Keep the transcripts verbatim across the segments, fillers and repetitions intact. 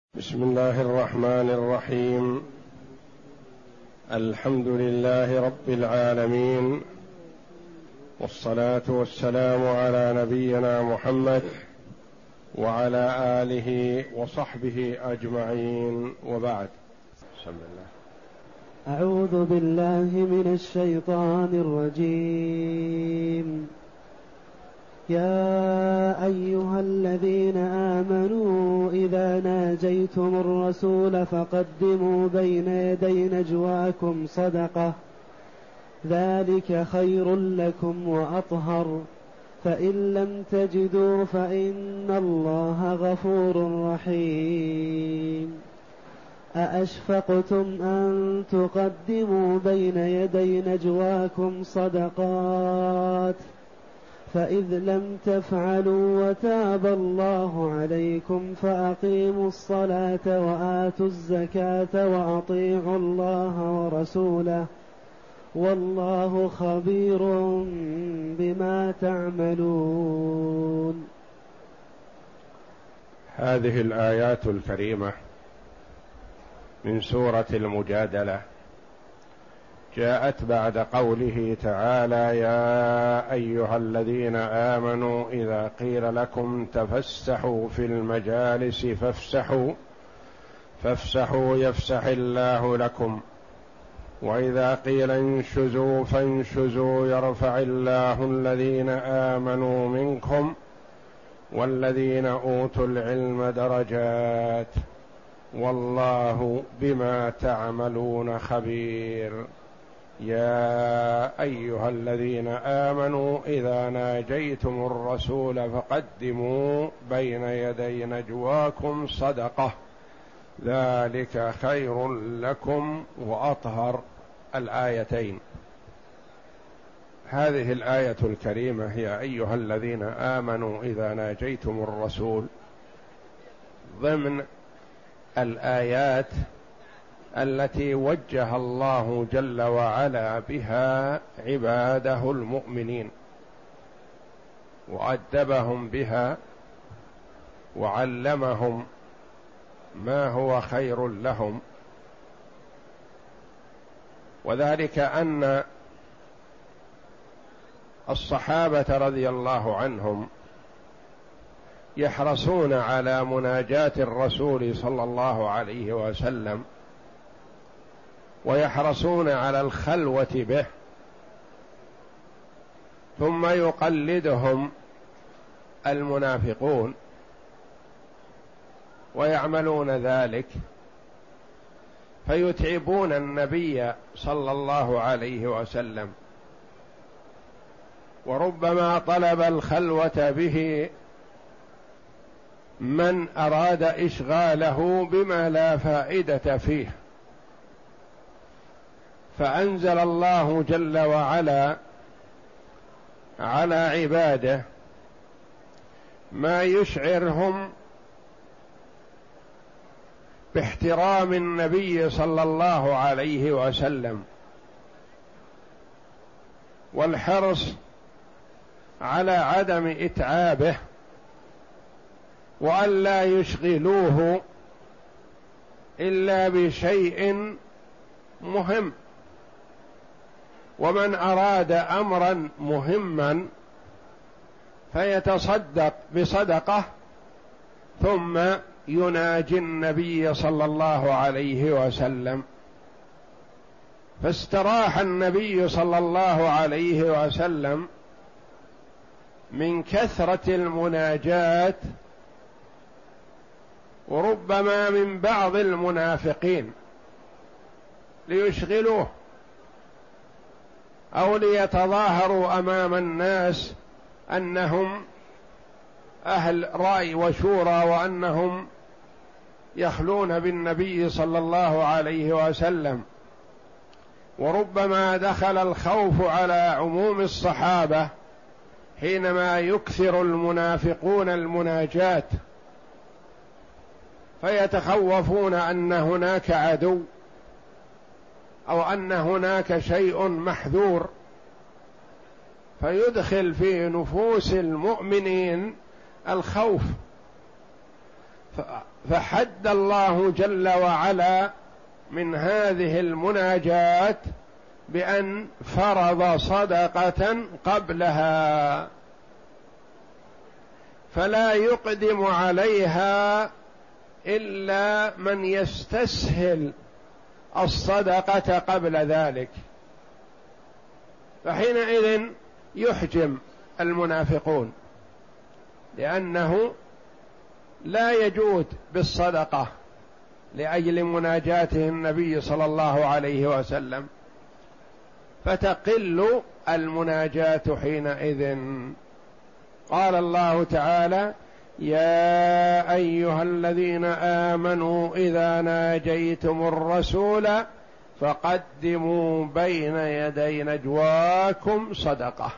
بسم الله الرحمن الرحيم. الحمد لله رب العالمين، والصلاة والسلام على نبينا محمد وعلى آله وصحبه أجمعين، وبعد. بسم الله. أعوذ بالله من الشيطان الرجيم. يا أيها الذين آمنوا إذا ناجيتم الرسول فقدموا بين يدي نجواكم صدقة، ذلك خير لكم وأطهر، فإن لم تجدوا فإن الله غفور رحيم. أأشفقتم أن تقدموا بين يدي نجواكم صدقات، فإذ لم تفعلوا وتاب الله عليكم فأقيموا الصلاة وآتوا الزكاة وأطيعوا الله ورسوله، والله خبير بما تعملون. هذه الآيات الكريمة من سورة المجادلة جاءت بعد قوله تعالى: يا أيها الذين آمنوا إذا قيل لكم تفسحوا في المجالس فافسحوا فافسحوا يفسح الله لكم، وإذا قيل انشزوا فانشزوا يرفع الله الذين آمنوا منكم والذين أوتوا العلم درجات، والله بما تعملون خبير. يا أيها الذين آمنوا إذا ناجيتم الرسول فقدموا بين يدي نجواكم صدقة، ذلك خير لكم وأطهر. الآيتين. هذه الآية الكريمة: يا أيها الذين آمنوا إذا ناجيتم الرسول، ضمن الآيات التي وجه الله جل وعلا بها عباده المؤمنين وأدبهم بها وعلمهم ما هو خير لهم، وذلك أن الصحابة رضي الله عنهم يحرصون على مناجاة الرسول صلى الله عليه وسلم، ويحرصون على الخلوة به، ثم يقلدهم المنافقون ويعملون ذلك، فيتعبون النبي صلى الله عليه وسلم، وربما طلب الخلوة به من أراد إشغاله بما لا فائدة فيه، فأنزل الله جل وعلا على عباده ما يشعرهم باحترام النبي صلى الله عليه وسلم والحرص على عدم إتعابه، وألا يشغلوه إلا بشيء مهم. ومن أراد أمرا مهما فيتصدق بصدقة ثم يناجي النبي صلى الله عليه وسلم، فاستراح النبي صلى الله عليه وسلم من كثرة المناجاة، وربما من بعض المنافقين ليشغلوه أو ليتظاهروا أمام الناس أنهم أهل رأي وشورى، وأنهم يخلون بالنبي صلى الله عليه وسلم. وربما دخل الخوف على عموم الصحابة حينما يكثر المنافقون المناجاة، فيتخوفون أن هناك عدو أو أن هناك شيء محذور، فيدخل في نفوس المؤمنين الخوف، فحد الله جل وعلا من هذه المناجاة بأن فرض صدقة قبلها، فلا يقدم عليها إلا من يستسهل الصدقة قبل ذلك، فحينئذ يحجم المنافقون، لأنه لا يجود بالصدقة لأجل مناجاته النبي صلى الله عليه وسلم، فتقل المناجاة حينئذ. قال الله تعالى: يا أيها الذين آمنوا إذا ناجيتم الرسول فقدموا بين يدي نجواكم صدقة.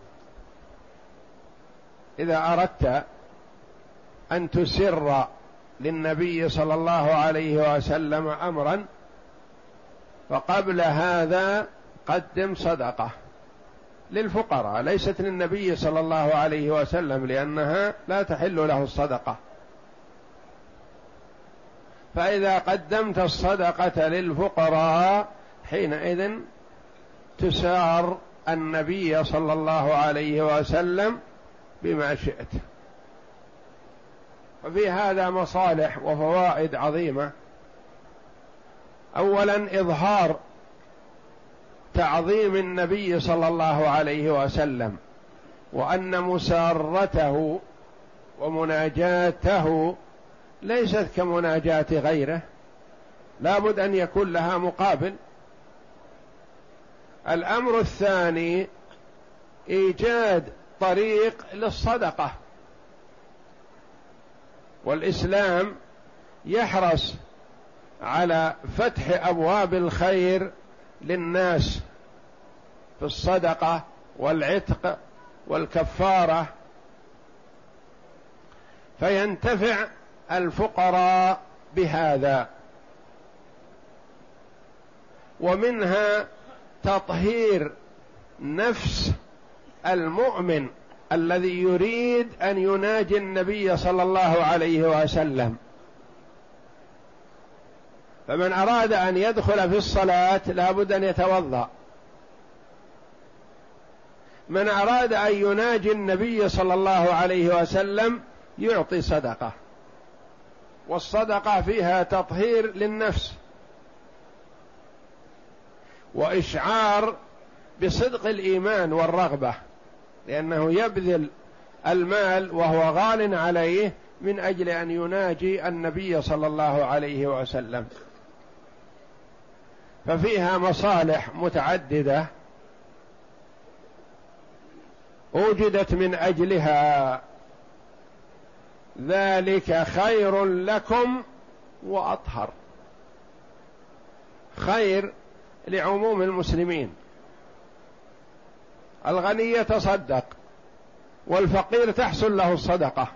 إذا أردت أن تسر للنبي صلى الله عليه وسلم أمرا فقبل هذا قدم صدقة للفقراء، ليست للنبي صلى الله عليه وسلم لأنها لا تحل له الصدقة. فإذا قدمت الصدقة للفقراء حينئذ تسار النبي صلى الله عليه وسلم بما شئت. وفي هذا مصالح وفوائد عظيمة. أولا إظهار تعظيم النبي صلى الله عليه وسلم، وأن مسارته ومناجاته ليست كمناجاة غيره، لا بد أن يكون لها مقابل. الأمر الثاني إيجاد طريق للصدقة، والإسلام يحرص على فتح أبواب الخير للناس في الصدقة والعتق والكفارة، فينتفع الفقراء بهذا. ومنها تطهير نفس المؤمن الذي يريد أن يناجي النبي صلى الله عليه وسلم. فمن أراد أن يدخل في الصلاة لا بد أن يتوضأ، من أراد أن يناجي النبي صلى الله عليه وسلم يعطي صدقة، والصدقة فيها تطهير للنفس وإشعار بصدق الإيمان والرغبة، لأنه يبذل المال وهو غال عليه من أجل أن يناجي النبي صلى الله عليه وسلم. ففيها مصالح متعددة وجدت من أجلها، ذلك خير لكم وأطهر. خير لعموم المسلمين، الغني يتصدق والفقير تحصل له الصدقة،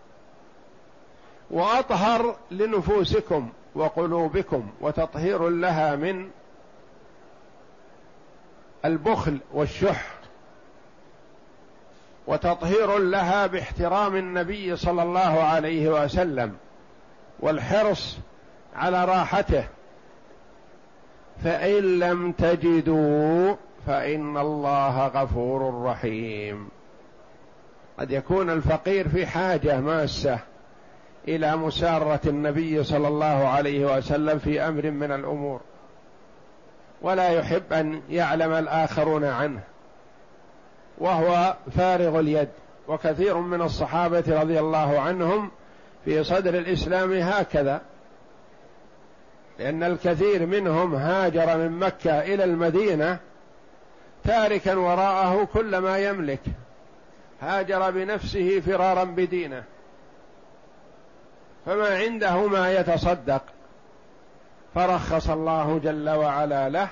وأطهر لنفوسكم وقلوبكم وتطهير لها من البخل والشح، وتطهير لها باحترام النبي صلى الله عليه وسلم والحرص على راحته. فإن لم تجدوا فإن الله غفور رحيم. قد يكون الفقير في حاجة ماسة إلى مسارة النبي صلى الله عليه وسلم في أمر من الأمور، ولا يحب أن يعلم الآخرون عنه، وهو فارغ اليد. وكثير من الصحابة رضي الله عنهم في صدر الإسلام هكذا، لأن الكثير منهم هاجر من مكة إلى المدينة تاركا وراءه كل ما يملك، هاجر بنفسه فرارا بدينه، فما عنده ما يتصدق، فرخص الله جل وعلا له.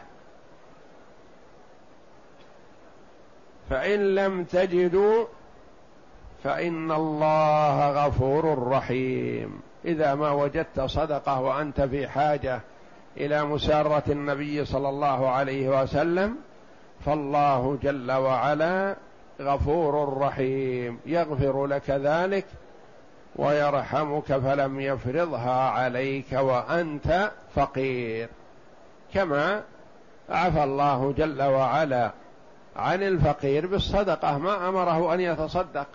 فإن لم تجدوا فإن الله غفور رحيم. إذا ما وجدت صدقة وأنت في حاجة إلى مسارة النبي صلى الله عليه وسلم فالله جل وعلا غفور رحيم، يغفر لك ذلك ويرحمك فلم يفرضها عليك وأنت فقير، كما عفى الله جل وعلا عن الفقير بالصدقة، ما أمره أن يتصدق.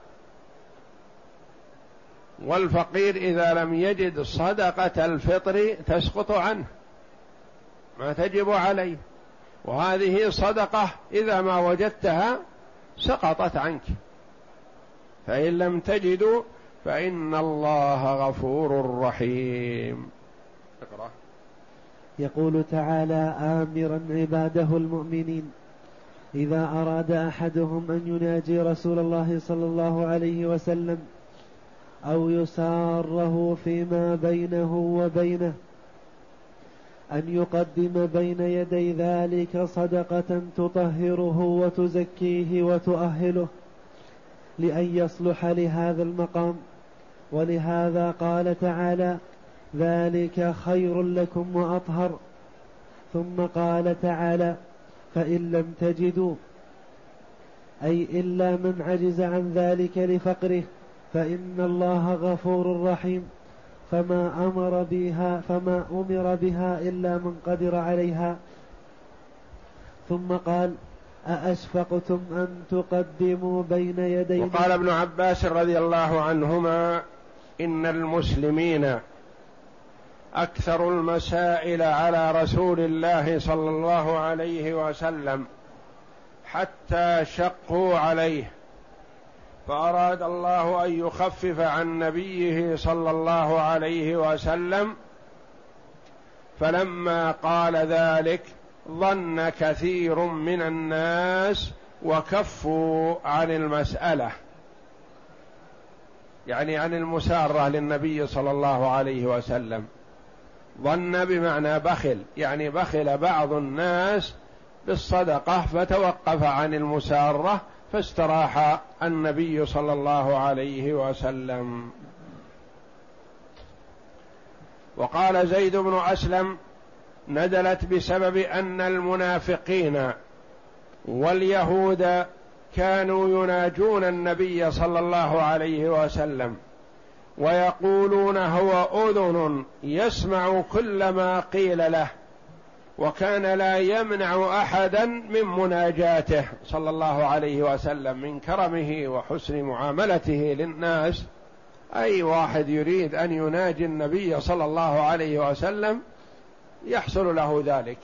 والفقير إذا لم يجد صدقة الفطر تسقط عنه، ما تجب عليه، وهذه صدقة إذا ما وجدتها سقطت عنك. فإن لم تجدوا فإن الله غفور رحيم. اقرأ. يقول تعالى آمرا عباده المؤمنين: إذا أراد أحدهم أن يناجي رسول الله صلى الله عليه وسلم أو يساره فيما بينه وبينه أن يقدم بين يدي ذلك صدقة تطهره وتزكيه وتؤهله لأن يصلح لهذا المقام. ولهذا قال تعالى: ذلك خير لكم وأطهر. ثم قال تعالى: فإن لم تجدوا، أي إلا من عجز عن ذلك لفقره، فإن الله غفور رحيم. فما أمر بها فما أمر بها إلا من قدر عليها. ثم قال: أأشفقتم أن تقدموا بين يدي. وقال ابن عباس رضي الله عنهما: إن المسلمين أكثر المسائل على رسول الله صلى الله عليه وسلم حتى شقوا عليه، فأراد الله أن يخفف عن نبيه صلى الله عليه وسلم، فلما قال ذلك ظن كثير من الناس وكفوا عن المسألة، يعني عن المسارة للنبي صلى الله عليه وسلم. ظن بمعنى بخل، يعني بخل بعض الناس بالصدقة فتوقف عن المسارة، فاستراح النبي صلى الله عليه وسلم. وقال زيد بن أسلم: نزلت بسبب أن المنافقين واليهود كانوا يناجون النبي صلى الله عليه وسلم ويقولون هو أذن يسمع كل ما قيل له، وكان لا يمنع أحدا من مناجاته صلى الله عليه وسلم من كرمه وحسن معاملته للناس. أي واحد يريد أن يناجي النبي صلى الله عليه وسلم يحصل له ذلك،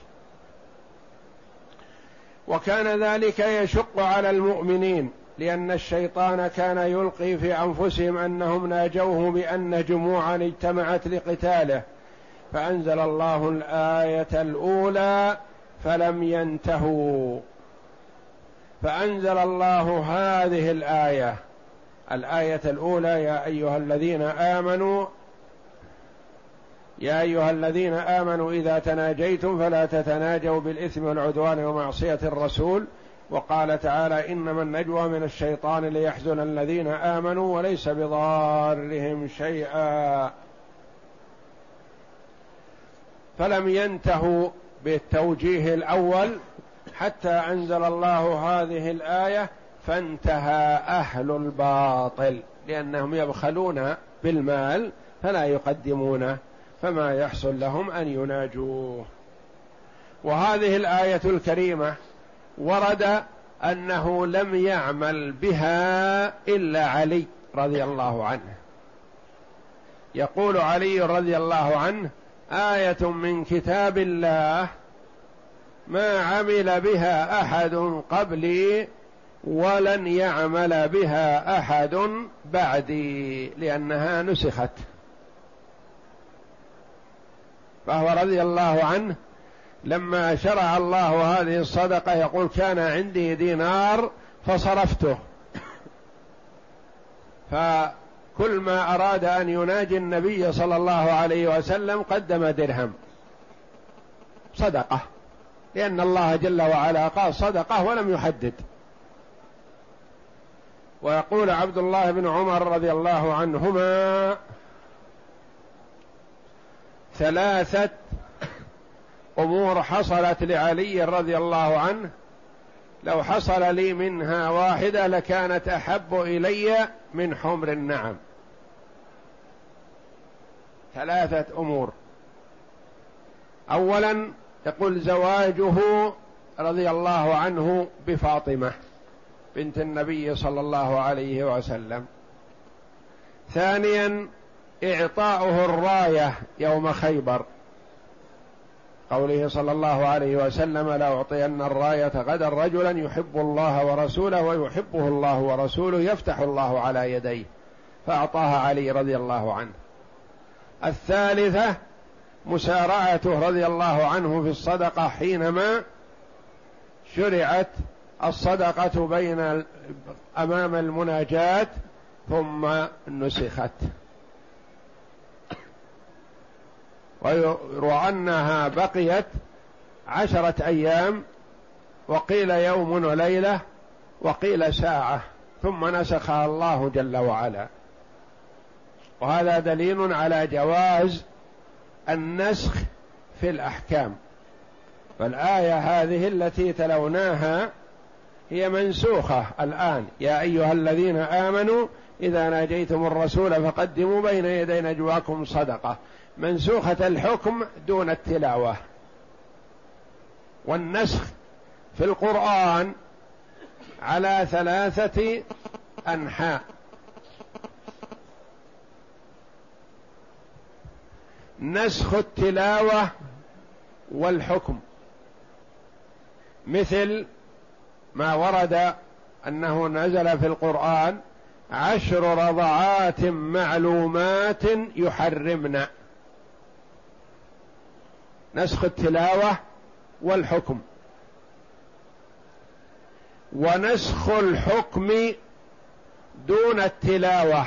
وكان ذلك يشق على المؤمنين، لأن الشيطان كان يلقي في أنفسهم أنهم ناجوه بأن جموعا اجتمعت لقتاله، فأنزل الله الآية الأولى فلم ينتهوا، فأنزل الله هذه الآية الآية الأولى: يا أيها الذين آمنوا يا أيها الذين آمنوا إذا تناجيتم فلا تتناجوا بالإثم والعدوان ومعصية الرسول. وقال تعالى: إنما النجوى من الشيطان ليحزن الذين آمنوا وليس بضارهم شيئا. فلم ينتهوا بالتوجيه الأول حتى أنزل الله هذه الآية، فانتهى أهل الباطل لأنهم يبخلون بالمال فلا يقدمونه، فما يحصل لهم أن يناجوه. وهذه الآية الكريمة ورد أنه لم يعمل بها إلا علي رضي الله عنه. يقول علي رضي الله عنه: آية من كتاب الله ما عمل بها أحد قبلي ولن يعمل بها أحد بعدي، لأنها نسخت. فهو رضي الله عنه لما شرع الله هذه الصدقة يقول: كان عندي دينار فصرفته، فكل ما أراد أن يناجي النبي صلى الله عليه وسلم قدم درهم صدقة، لأن الله جل وعلا قال صدقة ولم يحدد. ويقول عبد الله بن عمر رضي الله عنهما: ثلاثة أمور حصلت لعلي رضي الله عنه لو حصل لي منها واحدة لكانت أحب إلي من حمر النعم. ثلاثة أمور. أولا يقول زواجه رضي الله عنه بفاطمة بنت النبي صلى الله عليه وسلم. ثانيا إعطاؤه الراية يوم خيبر، قوله صلى الله عليه وسلم لأعطين الراية غدا رجلا يحب الله ورسوله ويحبه الله ورسوله يفتح الله على يديه، فأعطاها علي رضي الله عنه. الثالثة مسارعته رضي الله عنه في الصدقة حينما شرعت الصدقة بين أمام المناجاة ثم نسخت، ويروى أنها بقيت عشرة أيام، وقيل يوم وليلة، وقيل ساعة، ثم نسخها الله جل وعلا. وهذا دليل على جواز النسخ في الأحكام. فالآية هذه التي تلوناها هي منسوخة الآن، يا أيها الذين آمنوا إذا ناجيتم الرسول فقدموا بين يدي نجواكم صدقة، منسوخة الحكم دون التلاوة. والنسخ في القرآن على ثلاثة أنحاء: نسخ التلاوة والحكم، مثل ما ورد أنه نزل في القرآن عشر رضعات معلومات يحرمن، نسخ التلاوة والحكم. ونسخ الحكم دون التلاوة،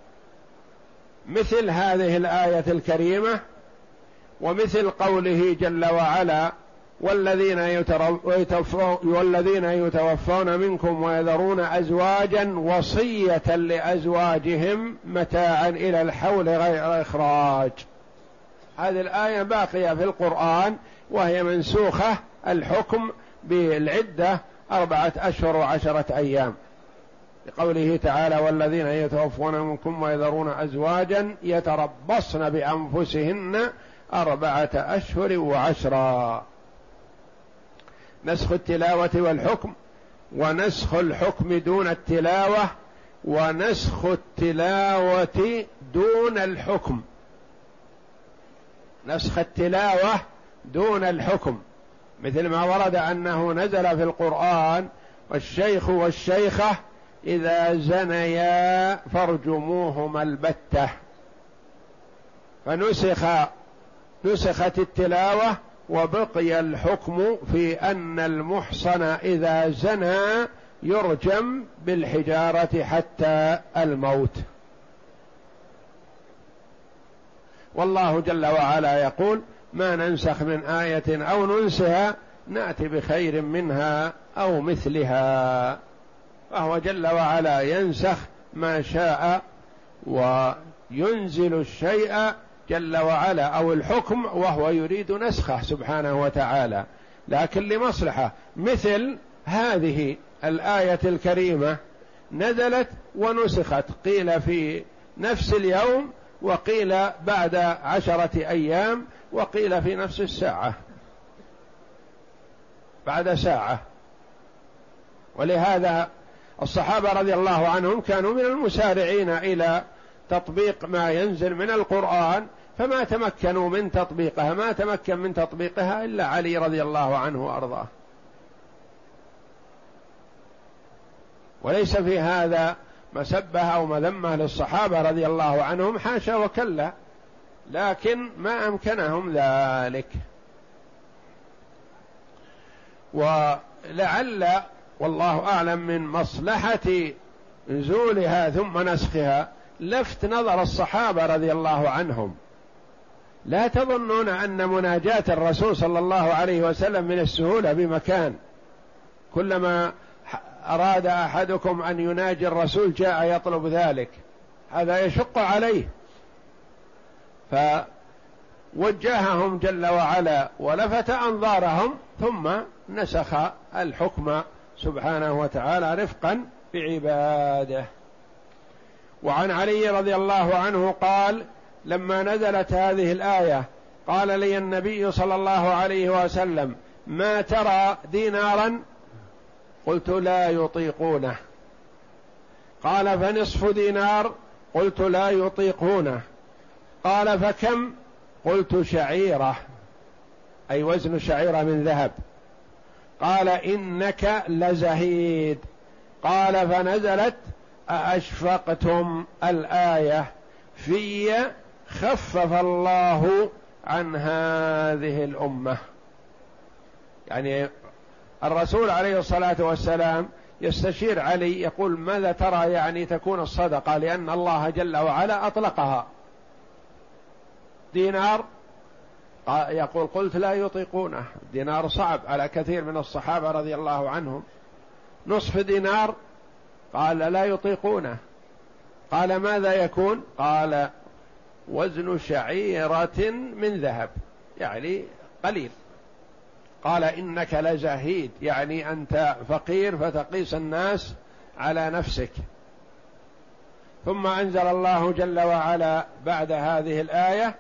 مثل هذه الآية الكريمة، ومثل قوله جل وعلا والذين والذين يتوفون منكم ويذرون أزواجا وصية لأزواجهم متاعا إلى الحول غير إخراج. هذه الآية باقية في القرآن وهي منسوخة الحكم بالعدة أربعة أشهر وعشرة أيام، لقوله تعالى والذين يتوفون منكم ويذرون أزواجا يتربصن بأنفسهن أربعة أشهر وعشرا. نسخ التلاوة والحكم، ونسخ الحكم دون التلاوة، ونسخ التلاوة دون الحكم. نسخ التلاوة دون الحكم مثل ما ورد أنه نزل في القرآن والشيخ والشيخة إذا زنيا فارجموهما البتة، فنسخ نسخت التلاوة وبقي الحكم في أن المحصن إذا زنى يرجم بالحجارة حتى الموت. والله جل وعلا يقول ما ننسخ من آية أو ننسها نأتي بخير منها أو مثلها، فهو جل وعلا ينسخ ما شاء وينزل الشيء جل وعلا أو الحكم وهو يريد نسخه سبحانه وتعالى، لكن لمصلحة. مثل هذه الآية الكريمة نزلت ونسخت، قيل في نفس اليوم، وقيل بعد عشرة أيام، وقيل في نفس الساعة بعد ساعة. ولهذا الصحابة رضي الله عنهم كانوا من المسارعين إلى تطبيق ما ينزل من القرآن، فما تمكنوا من تطبيقها، ما تمكن من تطبيقها إلا علي رضي الله عنه وأرضاه. وليس في هذا مسبة أو مذمة للصحابة رضي الله عنهم، حاشا وكلا، لكن ما أمكنهم ذلك. ولعل والله أعلم من مصلحة نزولها ثم نسخها لفت نظر الصحابة رضي الله عنهم. لا تظنون أن مناجاة الرسول صلى الله عليه وسلم من السهولة بمكان، كلما أراد أحدكم أن يناجي الرسول جاء يطلب ذلك، هذا يشق عليه. فوجههم جل وعلا ولفت أنظارهم ثم نسخ الحكم سبحانه وتعالى رفقا بعباده. وعن علي رضي الله عنه قال لما نزلت هذه الآية قال لي النبي صلى الله عليه وسلم: ما ترى دينارا؟ قلت: لا يطيقونه. قال: فنصف دينار؟ قلت: لا يطيقونه. قال: فكم؟ قلت: شعيرة، أي وزن شعيرة من ذهب. قال: إنك لزهيد. قال: فنزلت: أأشفقتم الآية في خفف الله عن هذه الأمة. يعني الرسول عليه الصلاة والسلام يستشير علي، يقول: ماذا ترى يعني تكون الصدقة؟ لأن الله جل وعلا أطلقها. دينار؟ يقول: قلت: لا يطيقونه، دينار صعب على كثير من الصحابة رضي الله عنهم. نصف دينار؟ قال: لا يطيقونه. قال: ماذا يكون؟ قال: وزن شعيرة من ذهب، يعني قليل. قال: إنك لزهيد، يعني أنت فقير فتقيس الناس على نفسك. ثم أنزل الله جل وعلا بعد هذه الآية: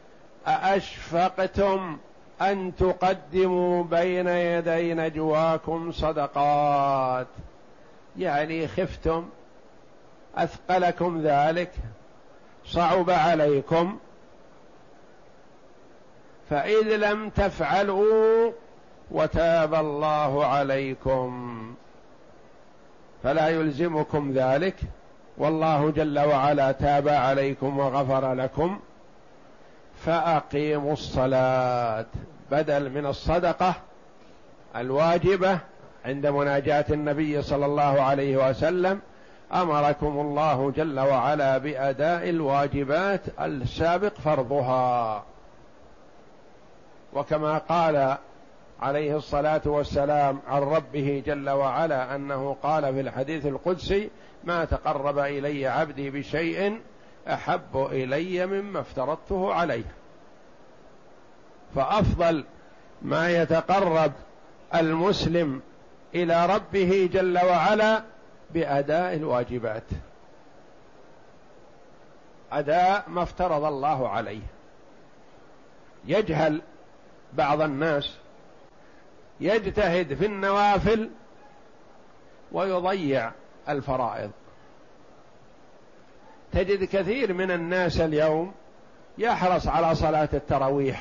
أأشفقتم أن تقدموا بين يدي نجواكم صدقات، يعني خفتم، أثقلكم ذلك، صعب عليكم، فإذ لم تفعلوا وتاب الله عليكم فلا يلزمكم ذلك، والله جل وعلا تاب عليكم وغفر لكم، فأقيموا الصلاة، بدل من الصدقة الواجبة عند مناجاة النبي صلى الله عليه وسلم، أمركم الله جل وعلا بأداء الواجبات السابق فرضها. وكما قال عليه الصلاة والسلام عن ربه جل وعلا أنه قال في الحديث القدسي: ما تقرب إلي عبدي بشيء أحب إلي مما افترضته عليه. فأفضل ما يتقرب المسلم إلى ربه جل وعلا بأداء الواجبات، أداء ما افترض الله عليه. يجهل بعض الناس، يجتهد في النوافل ويضيع الفرائض. تجد كثير من الناس اليوم يحرص على صلاة التراويح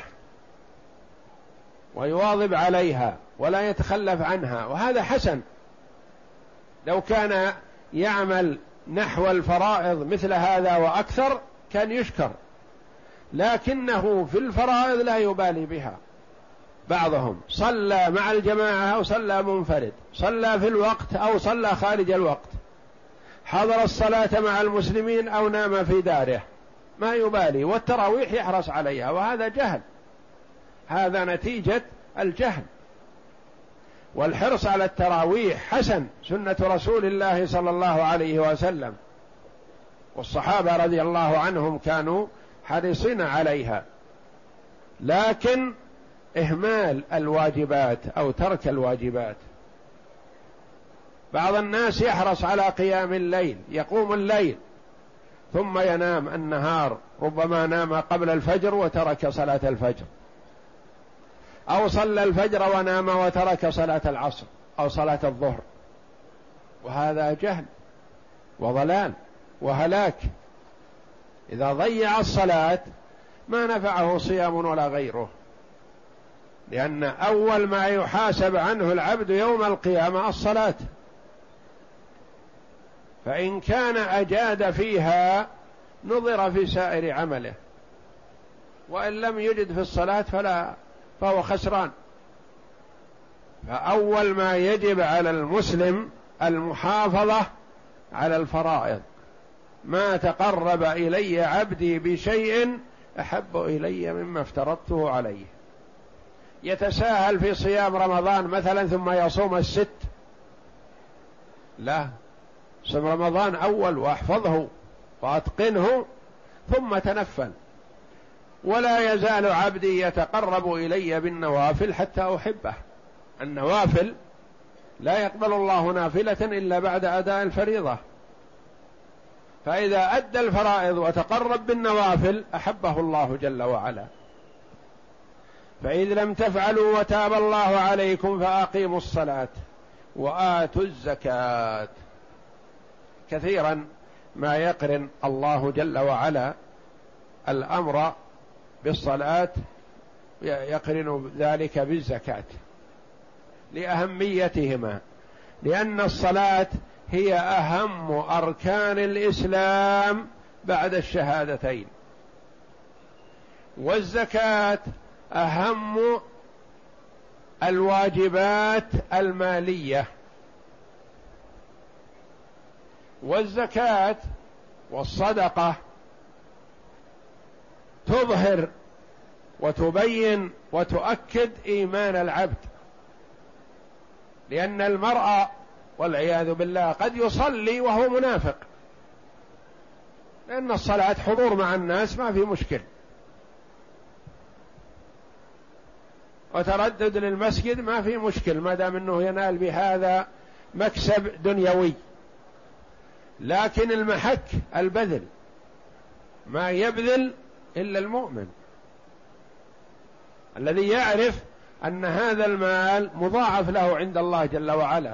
ويواظب عليها ولا يتخلف عنها، وهذا حسن. لو كان يعمل نحو الفرائض مثل هذا وأكثر كان يشكر، لكنه في الفرائض لا يبالي بها. بعضهم صلى مع الجماعة أو صلى منفرد، صلى في الوقت أو صلى خارج الوقت، حضر الصلاة مع المسلمين أو نام في داره، ما يبالي، والتراويح يحرص عليها، وهذا جهل، هذا نتيجة الجهل. والحرص على التراويح حسن، سنة رسول الله صلى الله عليه وسلم، والصحابة رضي الله عنهم كانوا حريصين عليها، لكن إهمال الواجبات أو ترك الواجبات. بعض الناس يحرص على قيام الليل، يقوم الليل ثم ينام النهار، ربما نام قبل الفجر وترك صلاة الفجر، أو صلى الفجر ونام وترك صلاة العصر أو صلاة الظهر، وهذا جهل وضلال وهلاك. إذا ضيع الصلاة ما نفعه صيام ولا غيره، لأن أول ما يحاسب عنه العبد يوم القيامة الصلاة، فإن كان أجاد فيها نظر في سائر عمله، وإن لم يجد في الصلاة فلا فهو خسران. فأول ما يجب على المسلم المحافظة على الفرائض. ما تقرب إلي عبدي بشيء أحب إلي مما افترضته عليه. يتساهل في صيام رمضان مثلا ثم يصوم الست، لا، صم رمضان أول واحفظه وأتقنه ثم تنفل. ولا يزال عبدي يتقرب إلي بالنوافل حتى أحبه. النوافل لا يقبل الله نافلة إلا بعد أداء الفريضة، فإذا أدى الفرائض وتقرب بالنوافل أحبه الله جل وعلا. فإذ لم تفعلوا وتاب الله عليكم فأقيموا الصلاة وآتوا الزكاة. كثيرا ما يقرن الله جل وعلا الأمر بالصلاة، يقرن ذلك بالزكاة لأهميتهما، لأن الصلاة هي أهم أركان الإسلام بعد الشهادتين، والزكاة أهم الواجبات المالية. والزكاة والصدقة تظهر وتبين وتؤكد إيمان العبد، لأن المرء والعياذ بالله قد يصلي وهو منافق، لأن الصلاة حضور مع الناس ما في مشكل، وتردد للمسجد ما في مشكل ما دام انه ينال بهذا مكسب دنيوي. لكن المحك البذل، ما يبذل إلا المؤمن الذي يعرف أن هذا المال مضاعف له عند الله جل وعلا،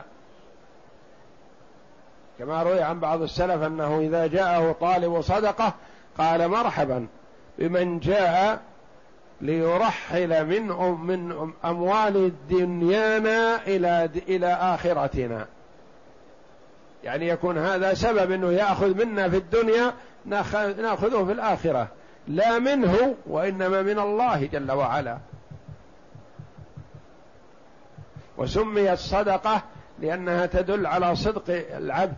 كما روي عن بعض السلف أنه إذا جاءه طالب صدقة قال مرحبا بمن جاء ليرحل من من أموال دنيانا إلى إلى آخرتنا، يعني يكون هذا سبب أنه يأخذ منا في الدنيا نأخذه في الآخرة، لا منه وإنما من الله جل وعلا. وسميت صدقة لأنها تدل على صدق العبد،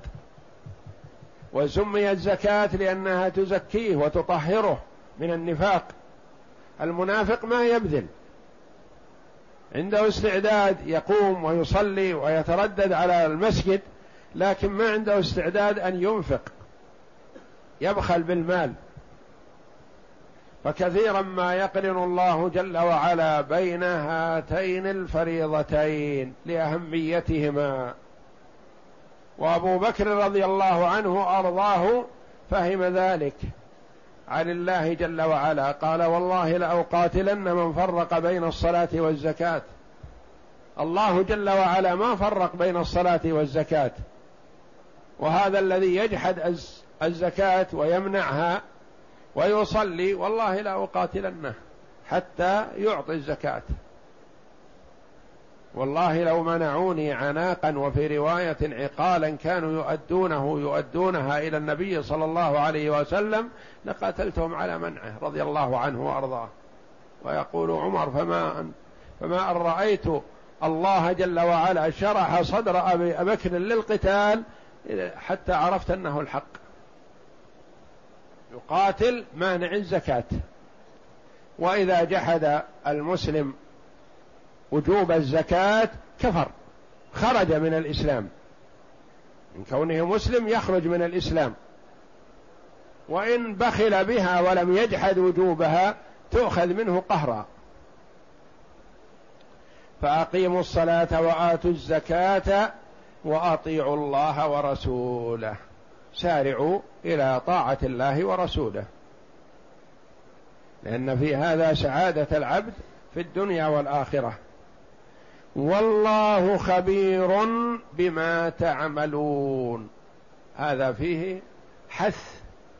وسميت زكاة لأنها تزكيه وتطهره من النفاق. المنافق ما يبذل، عنده استعداد يقوم ويصلي ويتردد على المسجد، لكن ما عنده استعداد أن ينفق، يبخل بالمال. فكثيرا ما يقرن الله جل وعلا بين هاتين الفريضتين لأهميتهما. وأبو بكر رضي الله عنه أرضاه فهم ذلك عن الله جل وعلا، قال والله لأقاتلن من فرق بين الصلاة والزكاة. الله جل وعلا ما فرق بين الصلاة والزكاة، وهذا الذي يجحد الزكاة ويمنعها ويصلي والله لأقاتلنه حتى يعطي الزكاة، والله لو منعوني عناقا وفي رواية عقالا كانوا يؤدونه يؤدونها إلى النبي صلى الله عليه وسلم لقاتلتهم على منعه رضي الله عنه وأرضاه. ويقول عمر فما أن فما أن رأيت الله جل وعلا شرح صدر أبي بكر للقتال حتى عرفت أنه الحق، يقاتل مانع الزكاة. وإذا جحد المسلم وجوب الزكاة كفر، خرج من الإسلام، من كونه مسلم يخرج من الإسلام. وإن بخل بها ولم يجحد وجوبها تؤخذ منه قهرا. فأقيموا الصلاة وآتوا الزكاة وأطيعوا الله ورسوله، سارعوا إلى طاعة الله ورسوله، لأن في هذا سعادة العبد في الدنيا والآخرة. والله خبير بما تعملون، هذا فيه حث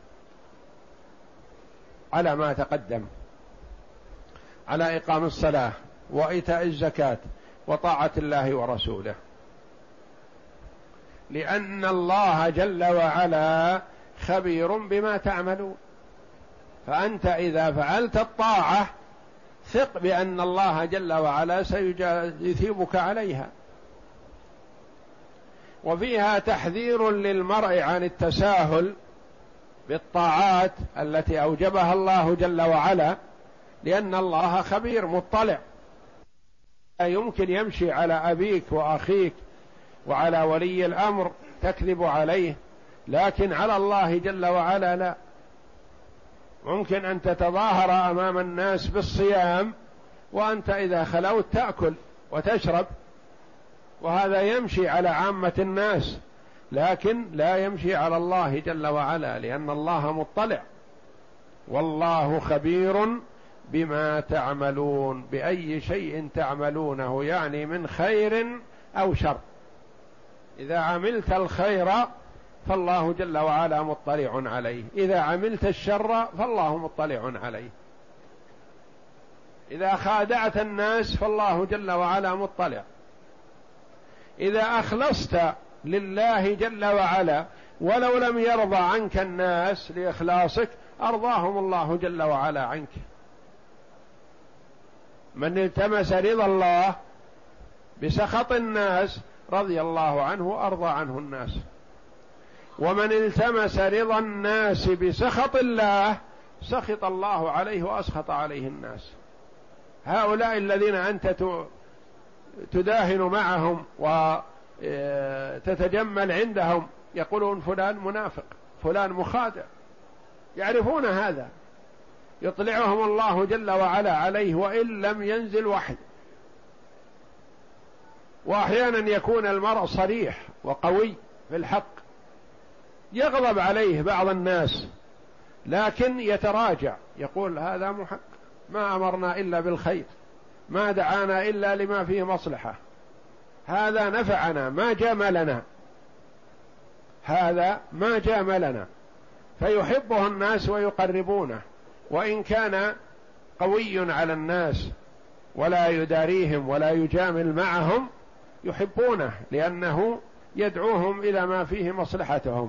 على ما تقدم، على إقام الصلاة وإيتاء الزكاة وطاعة الله ورسوله، لأن الله جل وعلا خبير بما تعملون. فأنت إذا فعلت الطاعة ثق بأن الله جل وعلا سيثيبك عليها. وفيها تحذير للمرء عن التساهل بالطاعات التي أوجبها الله جل وعلا، لأن الله خبير مطلع. لا يمكن يمشي على أبيك وأخيك وعلى ولي الأمر تكذب عليه، لكن على الله جل وعلا لا. ممكن أن تتظاهر أمام الناس بالصيام وأنت إذا خلوت تأكل وتشرب، وهذا يمشي على عامة الناس. لكن لا يمشي على الله جل وعلا، لأن الله مطلع. والله خبير بما تعملون، بأي شيء تعملونه، يعني من خير أو شر. إذا عملت الخير فالله جل وعلا مطلع عليه، إذا عملت الشر فالله مطلع عليه. إذا خادعت الناس فالله جل وعلا مطلع. إذا أخلصت لله جل وعلا ولو لم يرضى عنك الناس لإخلاصك، أرضاهم الله جل وعلا عنك. من التمس رضا الله بسخط الناس رضي الله عنه، أرضى عنه الناس. ومن التمس رضا الناس بسخط الله سخط الله عليه وأسخط عليه الناس. هؤلاء الذين أنت تداهن معهم وتتجمل عندهم يقولون فلان منافق، فلان مخادع، يعرفون هذا، يطلعهم الله جل وعلا عليه وإن لم ينزل وحي. وأحيانا يكون المرء صريح وقوي في الحق، يغضب عليه بعض الناس لكن يتراجع، يقول هذا محق، ما أمرنا إلا بالخير، ما دعانا إلا لما فيه مصلحة، هذا نفعنا ما جاملنا، هذا ما جاملنا، فيحبه الناس ويقربونه. وإن كان قوي على الناس ولا يداريهم ولا يجامل معهم يحبونه، لأنه يدعوهم إلى ما فيه مصلحتهم.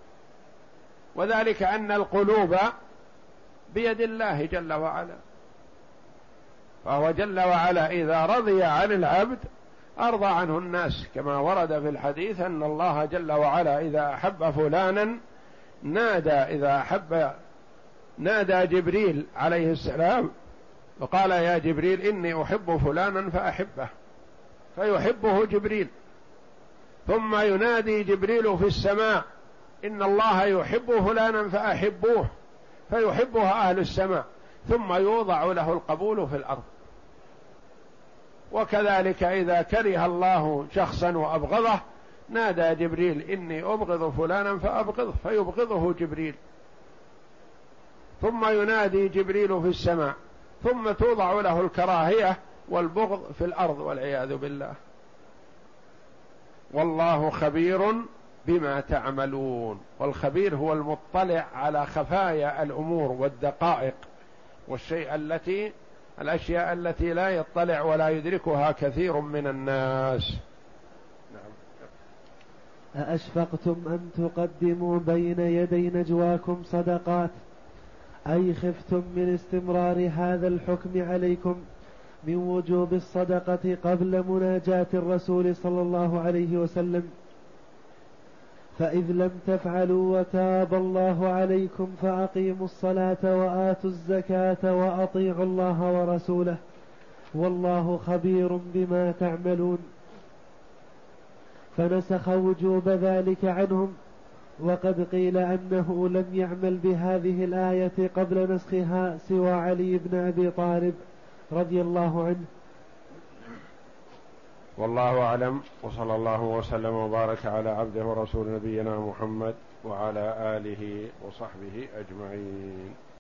وذلك أن القلوب بيد الله جل وعلا، فهو جل وعلا إذا رضي عن العبد أرضى عنه الناس، كما ورد في الحديث أن الله جل وعلا إذا أحب فلانا نادى، إذا أحب نادى جبريل عليه السلام وقال يا جبريل إني أحب فلانا فأحبه، فيحبه جبريل. ثم ينادي جبريل في السماء إن الله يحب فلانا فأحبوه، فيحبها أهل السماء، ثم يوضع له القبول في الأرض. وكذلك إذا كره الله شخصا وأبغضه نادى جبريل إني أبغض فلانا فأبغضه، فيبغضه جبريل، ثم ينادي جبريل في السماء، ثم توضع له الكراهية والبغض في الأرض والعياذ بالله. والله خبير بما تعملون، والخبير هو المطلع على خفايا الأمور والدقائق والشيء التي الأشياء التي لا يطلع ولا يدركها كثير من الناس. نعم. أأشفقتم أن تقدموا بين يدي نجواكم صدقات، أي خفتم من استمرار هذا الحكم عليكم من وجوب الصدقة قبل مناجاة الرسول صلى الله عليه وسلم، فإذ لم تفعلوا وتاب الله عليكم فأقيموا الصلاة وآتوا الزكاة وأطيعوا الله ورسوله والله خبير بما تعملون. فنسخ وجوب ذلك عنهم، وقد قيل أنه لم يعمل بهذه الآية قبل نسخها سوى علي بن أبي طالب رضي الله عنه. والله أعلم، وصلى الله وسلم وبارك على عبده ورسول نبينا محمد وعلى آله وصحبه أجمعين.